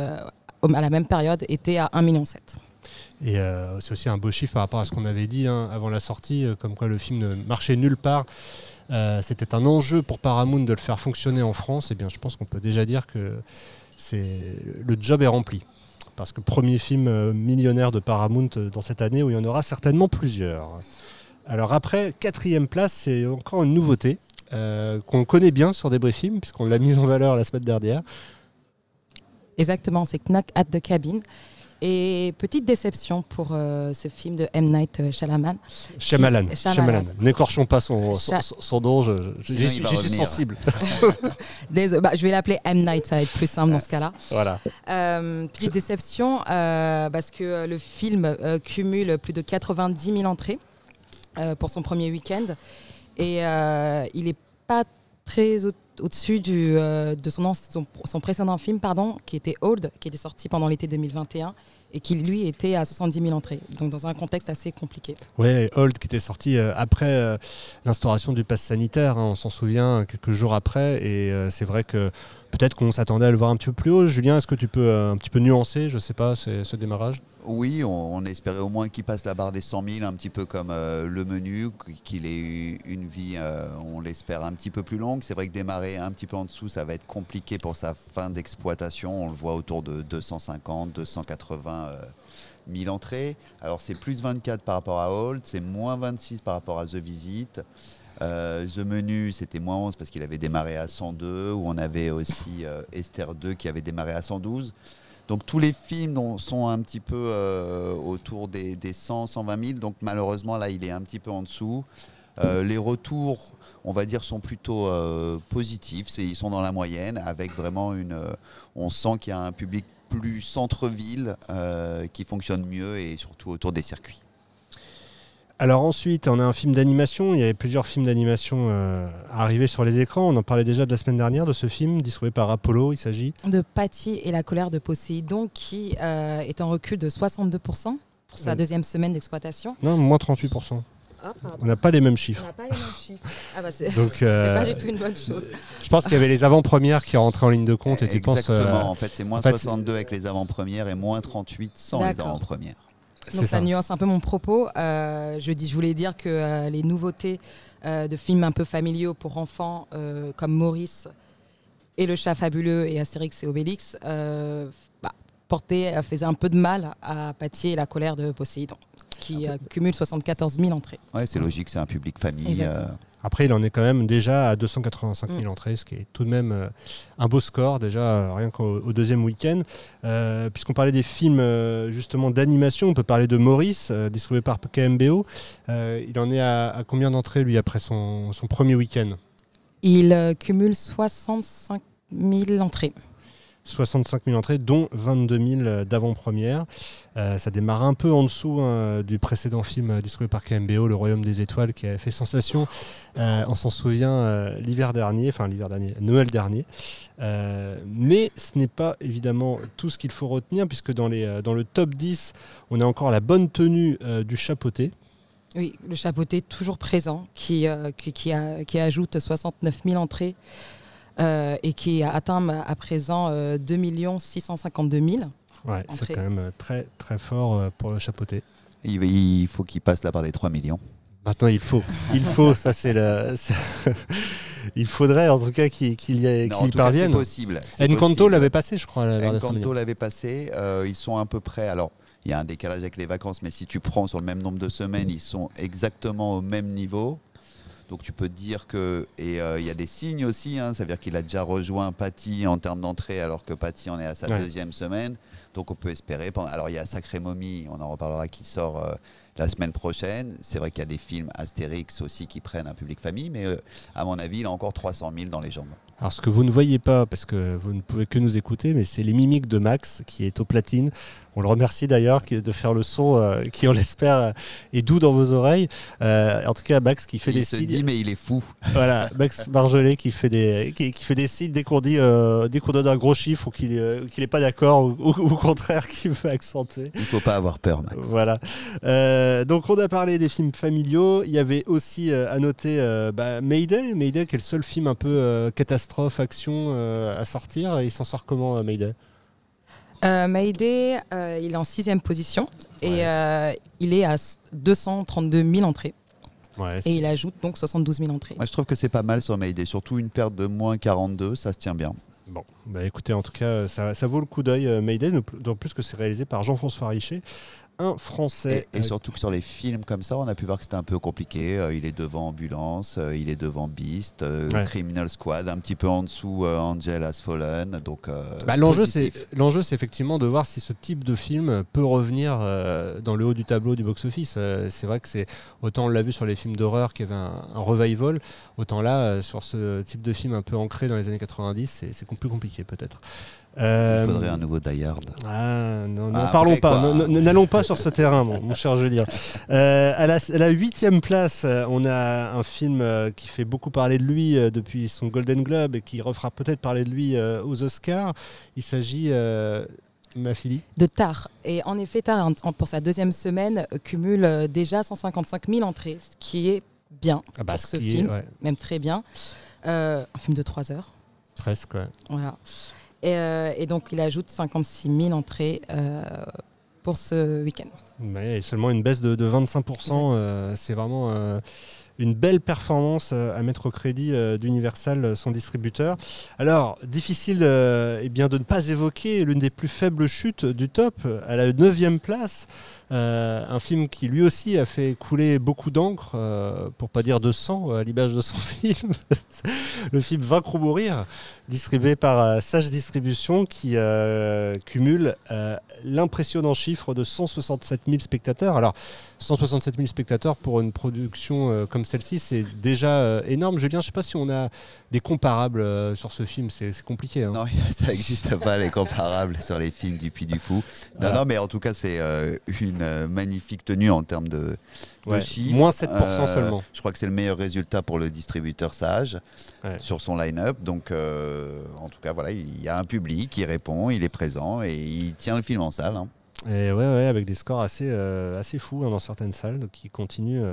à la même période, était à 1,7 million. Et c'est aussi un beau chiffre par rapport à ce qu'on avait dit avant la sortie, comme quoi le film ne marchait nulle part. C'était un enjeu pour Paramount de le faire fonctionner en France. Et bien, je pense qu'on peut déjà dire que le job est rempli. Parce que premier film millionnaire de Paramount dans cette année, où il y en aura certainement plusieurs. Alors après, 4e place, c'est encore une nouveauté qu'on connaît bien sur Débriefing, puisqu'on l'a mise en valeur la semaine dernière. Exactement, c'est Knock at the Cabin. Et petite déception pour ce film de M. Night Shyamalan. Shyamalan. N'écorchons pas son nom, j'y suis sensible. Je vais l'appeler M. Night, ça va être plus simple dans ce cas-là. Voilà. Petite déception parce que le film cumule plus de 90 000 entrées pour son premier week-end. Et il n'est pas très au-dessus de son précédent film, qui était Old, qui était sorti pendant l'été 2021 et qui lui était à 70 000 entrées, donc dans un contexte assez compliqué. Oui, Old qui était sorti après l'instauration du pass sanitaire, on s'en souvient, quelques jours après, et c'est vrai que peut-être qu'on s'attendait à le voir un petit peu plus haut. Julien, est-ce que tu peux un petit peu nuancer, je sais pas, ce démarrage ? Oui, on espérait au moins qu'il passe la barre des 100 000, un petit peu comme le menu, qu'il ait eu une vie, on l'espère, un petit peu plus longue. C'est vrai que démarrer un petit peu en dessous, ça va être compliqué pour sa fin d'exploitation. On le voit autour de 250, 280 000 entrées. Alors c'est plus 24 par rapport à Old, c'est moins 26 par rapport à The Visit. The Menu, c'était moins 11 parce qu'il avait démarré à 102, où on avait aussi Esther 2 qui avait démarré à 112. Donc tous les films sont un petit peu autour des 100, 120 000. Donc malheureusement, là, il est un petit peu en dessous. Les retours, on va dire, sont plutôt positifs. Ils sont dans la moyenne, avec vraiment on sent qu'il y a un public plus centre-ville qui fonctionne mieux et surtout autour des circuits. Alors ensuite, on a un film d'animation. Il y avait plusieurs films d'animation arrivés sur les écrans. On en parlait déjà de la semaine dernière de ce film distribué par Apollo. Il s'agit de Patty et la colère de Poséidon, qui est en recul de 62% pour sa deuxième semaine d'exploitation. Non, moins 38%. On n'a pas les mêmes chiffres. On n'a pas les mêmes chiffres. Ah bah c'est Donc, c'est pas du tout une bonne chose. Je pense qu'il y avait les avant-premières qui rentraient en ligne de compte. Et tu penses, Exactement, en fait c'est moins en fait, 62 avec les avant-premières et moins 38 sans les D'accord. avant-premières. Donc ça nuance un peu mon propos. Je voulais dire que les nouveautés de films un peu familiaux pour enfants comme Maurice et Le Chat Fabuleux et Astérix et Obélix faisait un peu de mal à Patty et la colère de Poséidon, qui cumule 74 000 entrées. Ouais, c'est logique, c'est un public famille. Exactement. Après, il en est quand même déjà à 285 000 entrées, ce qui est tout de même un beau score, déjà rien qu'au deuxième week-end. Puisqu'on parlait des films justement d'animation, on peut parler de Maurice, distribué par KMBO. Il en est à combien d'entrées, lui, après son premier week-end ? Il cumule 65 000 entrées. 65 000 entrées, dont 22 000 d'avant-première. Ça démarre un peu en dessous du précédent film distribué par KMBO, Le Royaume des Étoiles, qui a fait sensation, on s'en souvient, Noël dernier. Mais ce n'est pas évidemment tout ce qu'il faut retenir, puisque dans le top 10, on a encore la bonne tenue du Chapeauté. Oui, le Chapeauté toujours présent, qui ajoute 69 000 entrées. Et qui a atteint à présent 2 652 000. Ouais, c'est quand même très très fort pour le Chapeauté. Il faut qu'il passe la barre des 3 millions. Maintenant, il faut, ça c'est il faudrait en tout cas qu'il y parvienne. C'est possible. Encanto l'avait passé, je crois. Encanto l'avait passé. Ils sont à peu près. Alors, il y a un décalage avec les vacances, mais si tu prends sur le même nombre de semaines, ils sont exactement au même niveau. Donc tu peux te dire que, et il y a des signes aussi, ça veut dire qu'il a déjà rejoint Patty en termes d'entrée alors que Patty en est à sa deuxième semaine. Donc on peut espérer. Alors il y a Sacré Momie, on en reparlera, qui sort la semaine prochaine. C'est vrai qu'il y a des films Astérix aussi qui prennent un public famille, mais à mon avis il a encore 300 000 dans les jambes. Alors ce que vous ne voyez pas, parce que vous ne pouvez que nous écouter, mais c'est les mimiques de Max qui est au platine. On le remercie d'ailleurs de faire le son qui, on l'espère, est doux dans vos oreilles. En tout cas, Max qui fait des signes. Il se dit, mais il est fou. Voilà, Max Marjolais qui fait des signes dès qu'on donne un gros chiffre ou qu'il n'est pas d'accord ou au contraire qu'il veut accentuer. Il ne faut pas avoir peur, Max. Voilà. Donc on a parlé des films familiaux. Il y avait aussi à noter Mayday. Mayday qui est le seul film un peu catastrophe, action à sortir. Il s'en sort comment, Mayday ? Mayday, il est en 6e position et il est à 232 000 entrées. Ouais, et il ajoute donc 72 000 entrées. Moi, je trouve que c'est pas mal sur Mayday, surtout une perte de moins 42, ça se tient bien. Bon, écoutez, en tout cas, ça vaut le coup d'œil, Mayday, d'autant plus que c'est réalisé par Jean-François Richet, un Français. Et surtout que sur les films comme ça, on a pu voir que c'était un peu compliqué. Il est devant Ambulance, il est devant Beast, Criminal Squad, un petit peu en dessous Angel Has Fallen. Donc, l'enjeu, c'est effectivement de voir si ce type de film peut revenir dans le haut du tableau du box-office. C'est vrai que c'est autant on l'a vu sur les films d'horreur qui avaient un revival, autant là, sur ce type de film un peu ancré dans les années 90, c'est plus compliqué peut-être. Il faudrait un nouveau Die Hard. Parlons pas, n'allons pas sur ce terrain, mon cher Julien. À la 8e place, on a un film qui fait beaucoup parler de lui depuis son Golden Globe et qui refera peut-être parler de lui aux Oscars. Il s'agit, ma fille, de Tar. Et en effet, Tar, pour sa 2e semaine, cumule déjà 155 000 entrées, ce qui est bien pour ce film, même très bien. Un film de 3 heures. Presque, ouais. Voilà. Et donc, il ajoute 56 000 entrées pour ce week-end. Mais seulement une baisse de 25%. C'est vraiment une belle performance à mettre au crédit d'Universal, son distributeur. Alors, difficile de ne pas évoquer l'une des plus faibles chutes du top, à la 9e place. Un film qui lui aussi a fait couler beaucoup d'encre, pour pas dire de sang, à l'image de son film. Le film Vaincre ou mourir, distribué par Sage Distribution, qui cumule l'impressionnant chiffre de 167 000 spectateurs. Alors, 167 000 spectateurs pour une production comme celle-ci, c'est déjà énorme. Julien, je ne sais pas si on a des comparables sur ce film, c'est compliqué. Non, ça n'existe pas, les comparables sur les films du Puy du Fou. Non, mais en tout cas, c'est une magnifique tenue en termes de chiffres. Moins 7% seulement. Je crois que c'est le meilleur résultat pour le distributeur Sage sur son line-up. Donc, en tout cas, voilà, il y a un public qui répond, il est présent et il tient le film en salle. Et ouais, avec des scores assez fous dans certaines salles, donc qui continuent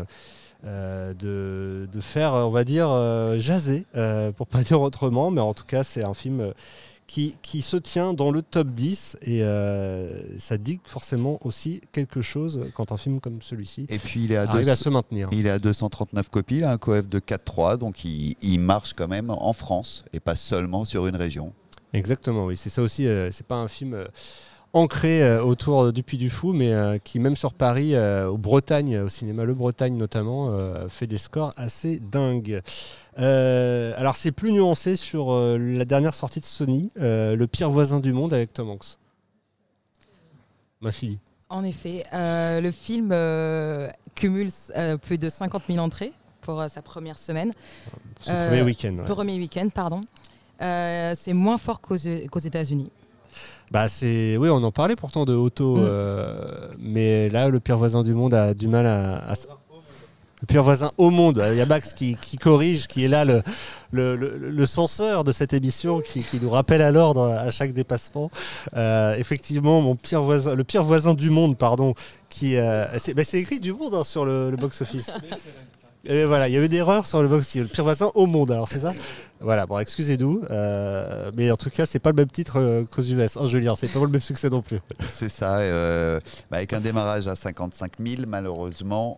de faire, on va dire, jaser, pour pas dire autrement, mais en tout cas, c'est un film qui se tient dans le top 10 et ça dit forcément aussi quelque chose quand un film comme celui-ci Et puis il est arrive à se maintenir. Il est à 239 copies, il a un coef de 4,3, donc il marche quand même en France et pas seulement sur une région. Exactement, oui, c'est ça aussi. C'est pas un film ancré autour du Puy du Fou, mais qui même sur Paris, au Bretagne, au cinéma Le Bretagne notamment, fait des scores assez dingues. Alors c'est plus nuancé sur la dernière sortie de Sony, Le pire voisin du monde avec Tom Hanks. Ma fille. En effet, le film cumule plus de 50 000 entrées pour sa première semaine. Son premier week-end. Ouais. Premier week-end, pardon. C'est moins fort qu'aux États-Unis. Bah oui, on en parlait pourtant de Otto, mais là, le pire voisin du monde a du mal à le pire voisin au monde. Il y a Max qui corrige, qui est là le censeur de cette émission, qui nous rappelle à l'ordre à chaque dépassement. Effectivement, le pire voisin du monde, pardon, c'est écrit du monde sur le box-office. Et voilà, il y a eu une erreur sur le box-office, le pire voisin au monde, alors c'est ça ? Voilà, bon, excusez-nous, mais en tout cas, c'est pas le même titre qu'aux US, hein, Julien, c'est pas le même succès non plus. C'est ça, avec un démarrage à 55 000, malheureusement,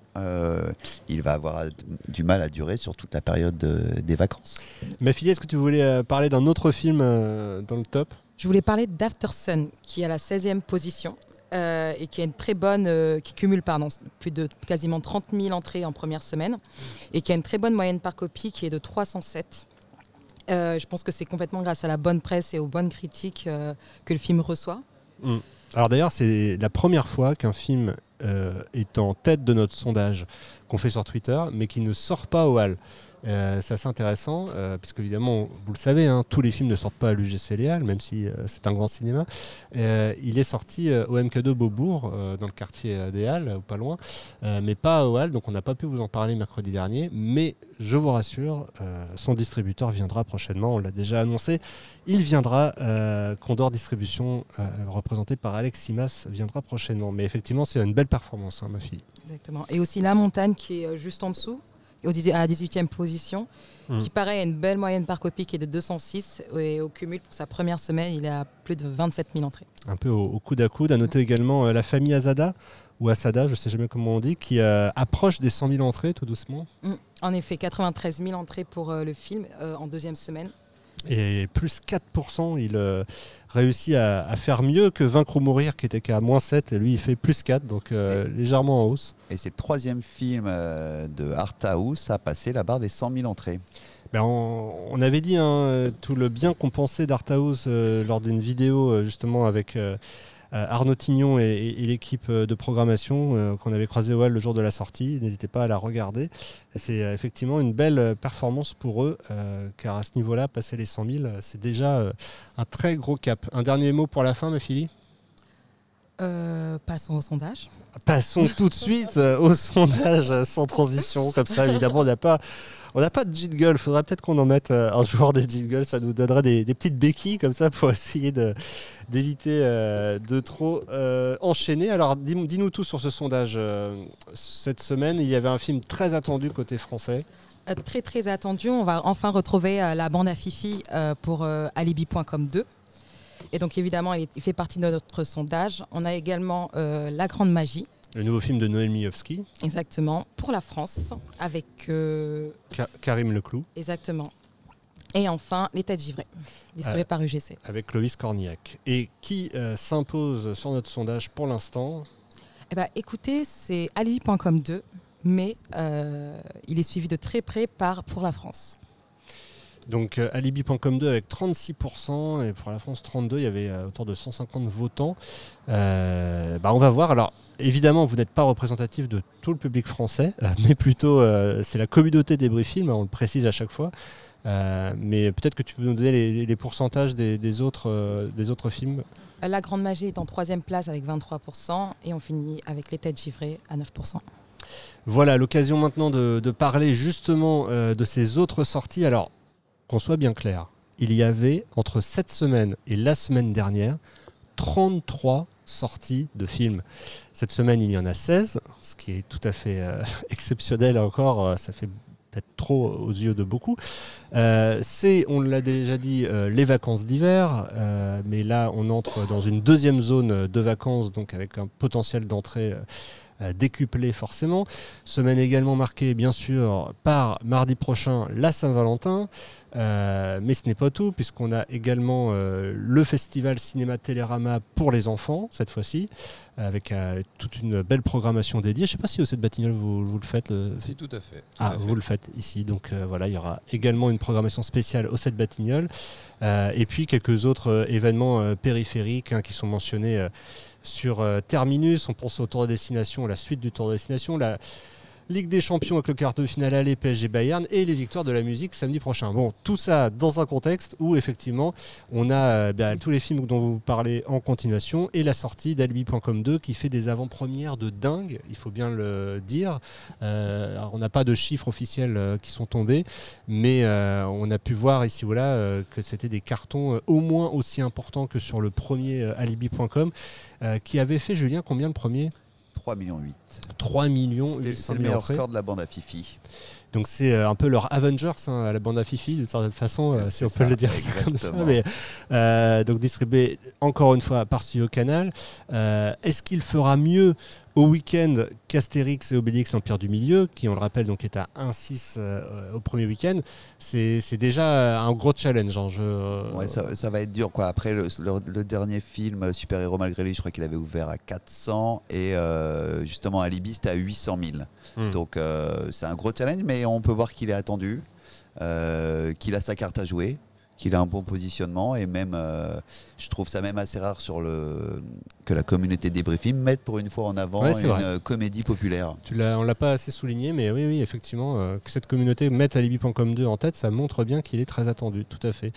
il va avoir du mal à durer sur toute la période des vacances. Ma fille, est-ce que tu voulais parler d'un autre film dans le top ? Je voulais parler d'After Sun, qui est à la 16e position. Et qui a une très bonne, qui cumule plus de quasiment 30 000 entrées en première semaine et qui a une très bonne moyenne par copie qui est de 307. Je pense que c'est complètement grâce à la bonne presse et aux bonnes critiques que le film reçoit. Alors d'ailleurs, c'est la première fois qu'un film est en tête de notre sondage qu'on fait sur Twitter, mais qui ne sort pas au Hall. C'est assez intéressant, puisque évidemment, vous le savez, hein, tous les films ne sortent pas à l'UGC Les Halles, même si c'est un grand cinéma. Il est sorti au MK2 Beaubourg, dans le quartier des Halles, ou pas loin, mais pas au Hall, donc on n'a pas pu vous en parler mercredi dernier. Mais je vous rassure, son distributeur viendra prochainement, on l'a déjà annoncé. Il viendra, Condor Distribution, représenté par Alex Simas, viendra prochainement. Mais effectivement, c'est une belle performance, hein, ma fille. Exactement. Et aussi La Montagne, qui est juste en dessous, à la 18e position, qui pareil a une belle moyenne par copie qui est de 206 et au cumul pour sa première semaine il est à plus de 27 000 entrées. Un peu au coude à coude. À noter également La Famille Azada ou Asada, je ne sais jamais comment on dit, qui approche des 100 000 entrées tout doucement. En effet, 93 000 entrées pour le film en deuxième semaine. Et plus 4%, il réussit à faire mieux que Vaincre ou Mourir qui était qu'à moins 7 et lui il fait plus 4, donc légèrement en hausse. Et c'est le troisième film de Arthouse à passer la barre des 100 000 entrées. On avait dit tout le bien qu'on pensait d'Arthouse lors d'une vidéo justement avec Arnaud Tignon et l'équipe de programmation qu'on avait croisé au Hall le jour de la sortie. N'hésitez pas à la regarder. C'est effectivement une belle performance pour eux, car à ce niveau-là, passer les 100 000, c'est déjà un très gros cap. Un dernier mot pour la fin, ma fille ? Passons au sondage. Passons tout de suite au sondage sans transition. Comme ça, évidemment, on n'a pas de jingle. Il faudrait peut-être qu'on en mette un jour des jingles. Ça nous donnerait des petites béquilles comme ça pour essayer d'éviter de trop enchaîner. Alors, dis-nous tout sur ce sondage. Cette semaine, il y avait un film très attendu côté français. Très, très attendu. On va enfin retrouver la bande à Fifi pour Alibi.com 2. Et donc évidemment, il fait partie de notre sondage. On a également La Grande Magie. Le nouveau film de Noël Miovski. Exactement, pour la France, avec... Karim Leclou. Exactement. Et enfin, Les Têtes Givrées, distribué par UGC. Avec Clovis Cornillac. Et qui s'impose sur notre sondage pour l'instant ? Écoutez, c'est Alibi.com 2, mais il est suivi de très près par Pour la France. Donc Alibi.com 2 avec 36% et pour la France 32, il y avait autour de 150 votants. On va voir. Alors évidemment, vous n'êtes pas représentatif de tout le public français, mais plutôt c'est la communauté des Briefilms, on le précise à chaque fois. Mais peut-être que tu peux nous donner les pourcentages des autres films. La Grande Magie est en 3e place avec 23% et on finit avec Les Têtes Givrées à 9%. Voilà, l'occasion maintenant de parler justement de ces autres sorties. Alors, qu'on soit bien clair, il y avait entre cette semaine et la semaine dernière 33 sorties de films. Cette semaine, il y en a 16, ce qui est tout à fait exceptionnel encore. Ça fait peut-être trop aux yeux de beaucoup. C'est, on l'a déjà dit, les vacances d'hiver, mais là, on entre dans une deuxième zone de vacances, donc avec un potentiel d'entrée décuplé forcément. Semaine également marquée bien sûr par mardi prochain la Saint-Valentin, mais ce n'est pas tout puisqu'on a également le festival Cinéma Télérama pour les enfants cette fois-ci avec toute une belle programmation dédiée. Je ne sais pas si au Set Batignolles vous le faites. Si, tout à fait. Vous le faites ici, donc voilà, il y aura également une programmation spéciale au Set Batignolles et puis quelques autres événements périphériques qui sont mentionnés sur Terminus. On pense au Tour de Destination, la suite du Tour de Destination, la Ligue des Champions avec le quart de finale aller PSG Bayern et les victoires de la musique samedi prochain. Bon, tout ça dans un contexte où effectivement on a tous les films dont vous parlez en continuation et la sortie d'Alibi.com 2 qui fait des avant-premières de dingue, il faut bien le dire. Alors on n'a pas de chiffres officiels qui sont tombés, mais on a pu voir ici ou là que c'était des cartons au moins aussi importants que sur le premier Alibi.com qui avait fait, Julien, combien le premier ? 3,8 millions. 3 millions. C'est le meilleur score de la bande à Fifi. Donc c'est un peu leur Avengers à la bande à Fifi, d'une certaine façon, si on peut le dire comme ça. Mais, donc distribué encore une fois par Studio Canal. Est-ce qu'il fera mieux au week-end qu'Astérix et Obélix l'Empire du Milieu, qui on le rappelle donc est à 1,6 au premier week-end? C'est déjà un gros challenge. Ouais, ça va être dur quoi. Après le dernier film Super Héros Malgré lui, je crois qu'il avait ouvert à 400 et justement Alibi c'était à 800 000. Donc c'est un gros challenge, mais on peut voir qu'il est attendu, qu'il a sa carte à jouer, qu'il a un bon positionnement et même je trouve ça même assez rare que la communauté Débriefing mette pour une fois en avant une comédie populaire. On l'a pas assez souligné, mais oui effectivement que cette communauté mette Alibi.com 2 en tête, ça montre bien qu'il est très attendu, tout à fait.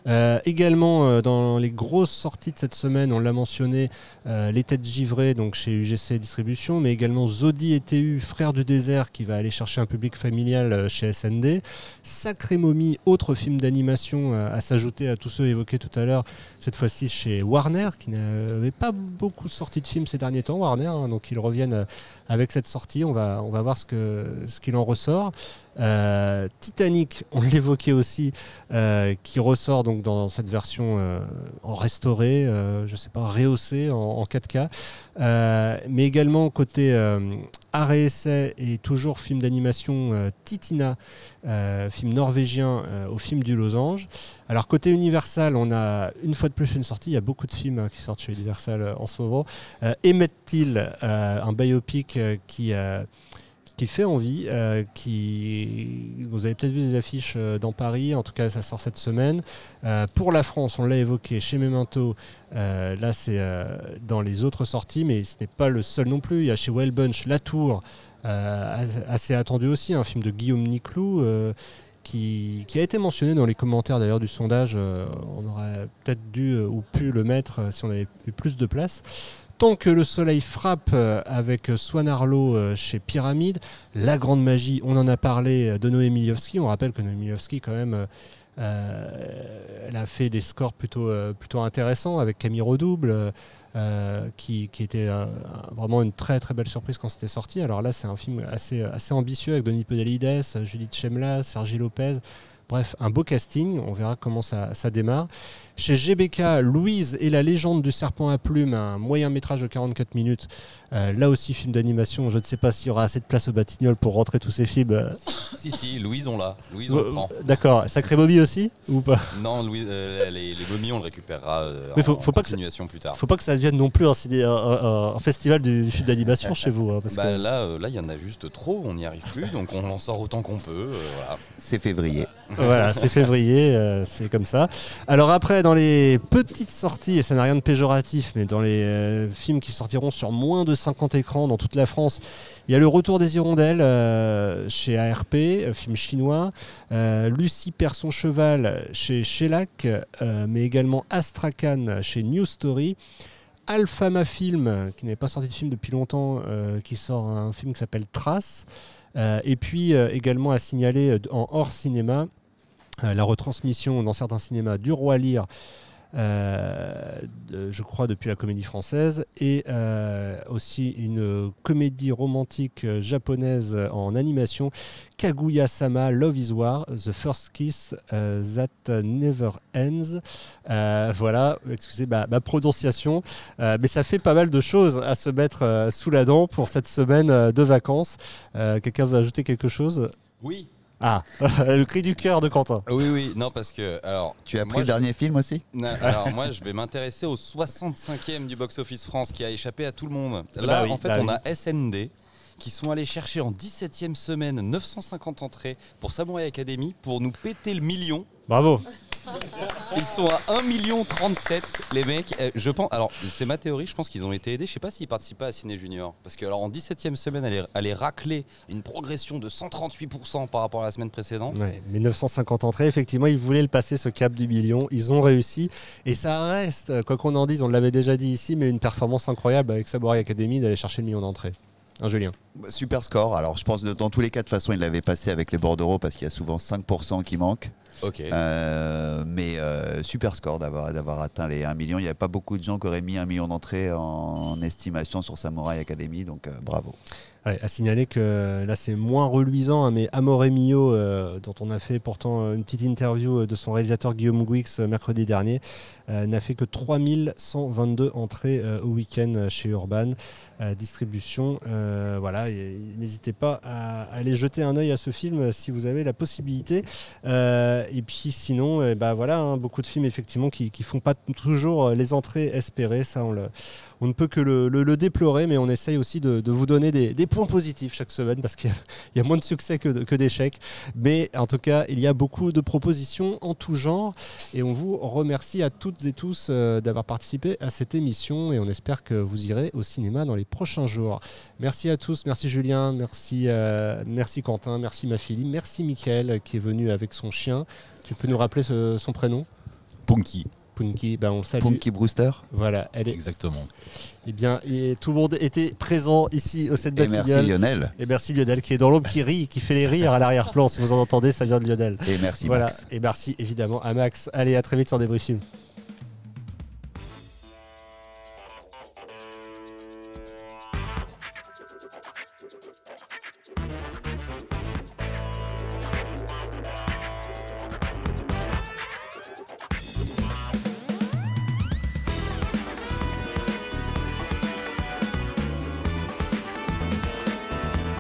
Également dans les grosses sorties de cette semaine, on l'a mentionné, Les Têtes Givrées donc chez UGC Distribution, mais également Zodi et TU Frères du désert qui va aller chercher un public familial chez SND. Sacré Momie, autre film d'animation à s'ajouter à tous ceux évoqués tout à l'heure, cette fois-ci chez Warner, qui n'avait pas beaucoup sorti de films ces derniers temps, Warner, donc ils reviennent avec cette sortie, on va voir ce qu'il en ressort. Titanic, on l'évoquait aussi, qui ressort donc dans cette version en restauré, je sais pas, rehaussée en 4K, mais également côté art et essai et toujours film d'animation Titina, film norvégien au film du Losange. Alors côté Universal, on a une fois de plus une sortie, il y a beaucoup de films qui sortent chez Universal en ce moment. Emmett Till, un biopic qui fait envie, vous avez peut-être vu des affiches dans Paris, en tout cas ça sort cette semaine. Pour la France, on l'a évoqué chez Memento, là c'est dans les autres sorties, mais ce n'est pas le seul non plus. Il y a chez Wild Bunch La Tour, assez attendu aussi, un film de Guillaume Niclou, qui a été mentionné dans les commentaires d'ailleurs du sondage. On aurait peut-être dû ou pu le mettre si on avait eu plus de place. Tant que le soleil frappe avec Swan Arlo chez Pyramide, La Grande Magie, on en a parlé de Noémie Miliowski. On rappelle que Noémie Miliowski quand même, elle a fait des scores plutôt intéressants avec Camille Redouble, qui était vraiment une très très belle surprise quand c'était sorti. Alors là c'est un film assez ambitieux avec Denis Podalides, Judith Chemla, Sergi Lopez. Bref, un beau casting, on verra comment ça démarre. Chez GBK, Louise et la légende du serpent à plumes, un moyen métrage de 44 minutes. Là aussi, film d'animation. Je ne sais pas s'il y aura assez de place au Batignolles pour rentrer tous ces films. Si, Louise, on l'a. Louise, on le prend. D'accord. Sacré Bobby aussi ou pas? Non, Louise, les Bobby, on le récupérera faut en continuation plus tard. Faut pas que ça devienne non plus un festival du film d'animation chez vous. Parce que... Là, il y en a juste trop, on n'y arrive plus, donc on en sort autant qu'on peut. Voilà. C'est février. Voilà, c'est février, c'est comme ça. Alors après, dans les petites sorties, et ça n'a rien de péjoratif, mais dans les films qui sortiront sur moins de 50 écrans dans toute la France, il y a Le Retour des Hirondelles chez ARP, film chinois, Lucie perd son cheval chez Shellac, mais également Astrakhan chez New Story, Alphama Film, qui n'avait pas sorti de film depuis longtemps, qui sort un film qui s'appelle Trace, et puis également à signaler en hors cinéma la retransmission dans certains cinémas du Roi Lear je crois depuis la Comédie Française, et aussi une comédie romantique japonaise en animation, Kaguya-sama Love is War, The First Kiss That Never Ends. Voilà, excusez ma prononciation, mais ça fait pas mal de choses à se mettre sous la dent pour cette semaine de vacances. Quelqu'un veut ajouter quelque chose ? Oui. Ah, le cri du cœur de Quentin. Oui, non, parce que. Alors, Tu as pris le dernier film aussi ? Alors, moi, je vais m'intéresser au 65e du box-office France qui a échappé à tout le monde. Là, Bah oui, en fait, bah on oui. a SND qui sont allés chercher en 17e semaine 950 entrées pour Samurai Academy pour nous péter le million. Bravo. Ils sont à 1,37 million, les mecs. Je pense, alors, c'est ma théorie, je pense qu'ils ont été aidés. Je sais pas s'ils participaient à Ciné Junior. Parce que, alors, en 17e semaine, elle est raclée une progression de 138% par rapport à la semaine précédente. Ouais, 1950 entrées, effectivement, ils voulaient le passer, ce cap du million. Ils ont réussi. Et ça reste, quoi qu'on en dise, on l'avait déjà dit ici, mais une performance incroyable avec Samurai Academy d'aller chercher le million d'entrées. Julien. Super score. Alors, je pense que dans tous les cas, de toute façon, il l'avait passé avec les bordereaux parce qu'il y a souvent 5% qui manquent. Ok. Mais super score d'avoir atteint les 1 million. Il n'y avait pas beaucoup de gens qui auraient mis 1 million d'entrées en estimation sur Samurai Academy, donc bravo. Ouais, à signaler que là c'est moins reluisant, hein, mais Amore Mio, dont on a fait pourtant une petite interview de son réalisateur Guillaume Gouix mercredi dernier, n'a fait que 3122 entrées au week-end chez Urban Distribution. Voilà, n'hésitez pas à aller jeter un œil à ce film si vous avez la possibilité. Et puis sinon, voilà, hein, beaucoup de films effectivement qui font pas toujours les entrées espérées. Ça, on ne peut que le déplorer, mais on essaye aussi de vous donner des points positifs chaque semaine parce qu'il y a moins de succès que d'échecs. Mais en tout cas, il y a beaucoup de propositions en tout genre et on vous remercie à toutes et tous d'avoir participé à cette émission et on espère que vous irez au cinéma dans les prochains jours. Merci à tous, merci Julien, merci Quentin, merci Mafili, merci Mickaël qui est venu avec son chien. Tu peux nous rappeler son prénom ? Punky. Punky, on le salue. Punky Brewster. Voilà, elle est. Exactement. Eh bien, tout le monde était présent ici au set Et Batignolles. merci Lionel. Et merci Lionel qui est dans l'ombre, qui rit, qui fait les rires à l'arrière-plan. Si vous en entendez, ça vient de Lionel. Et merci Voilà. Max. Et merci évidemment à Max. Allez, à très vite sur Débrief Film.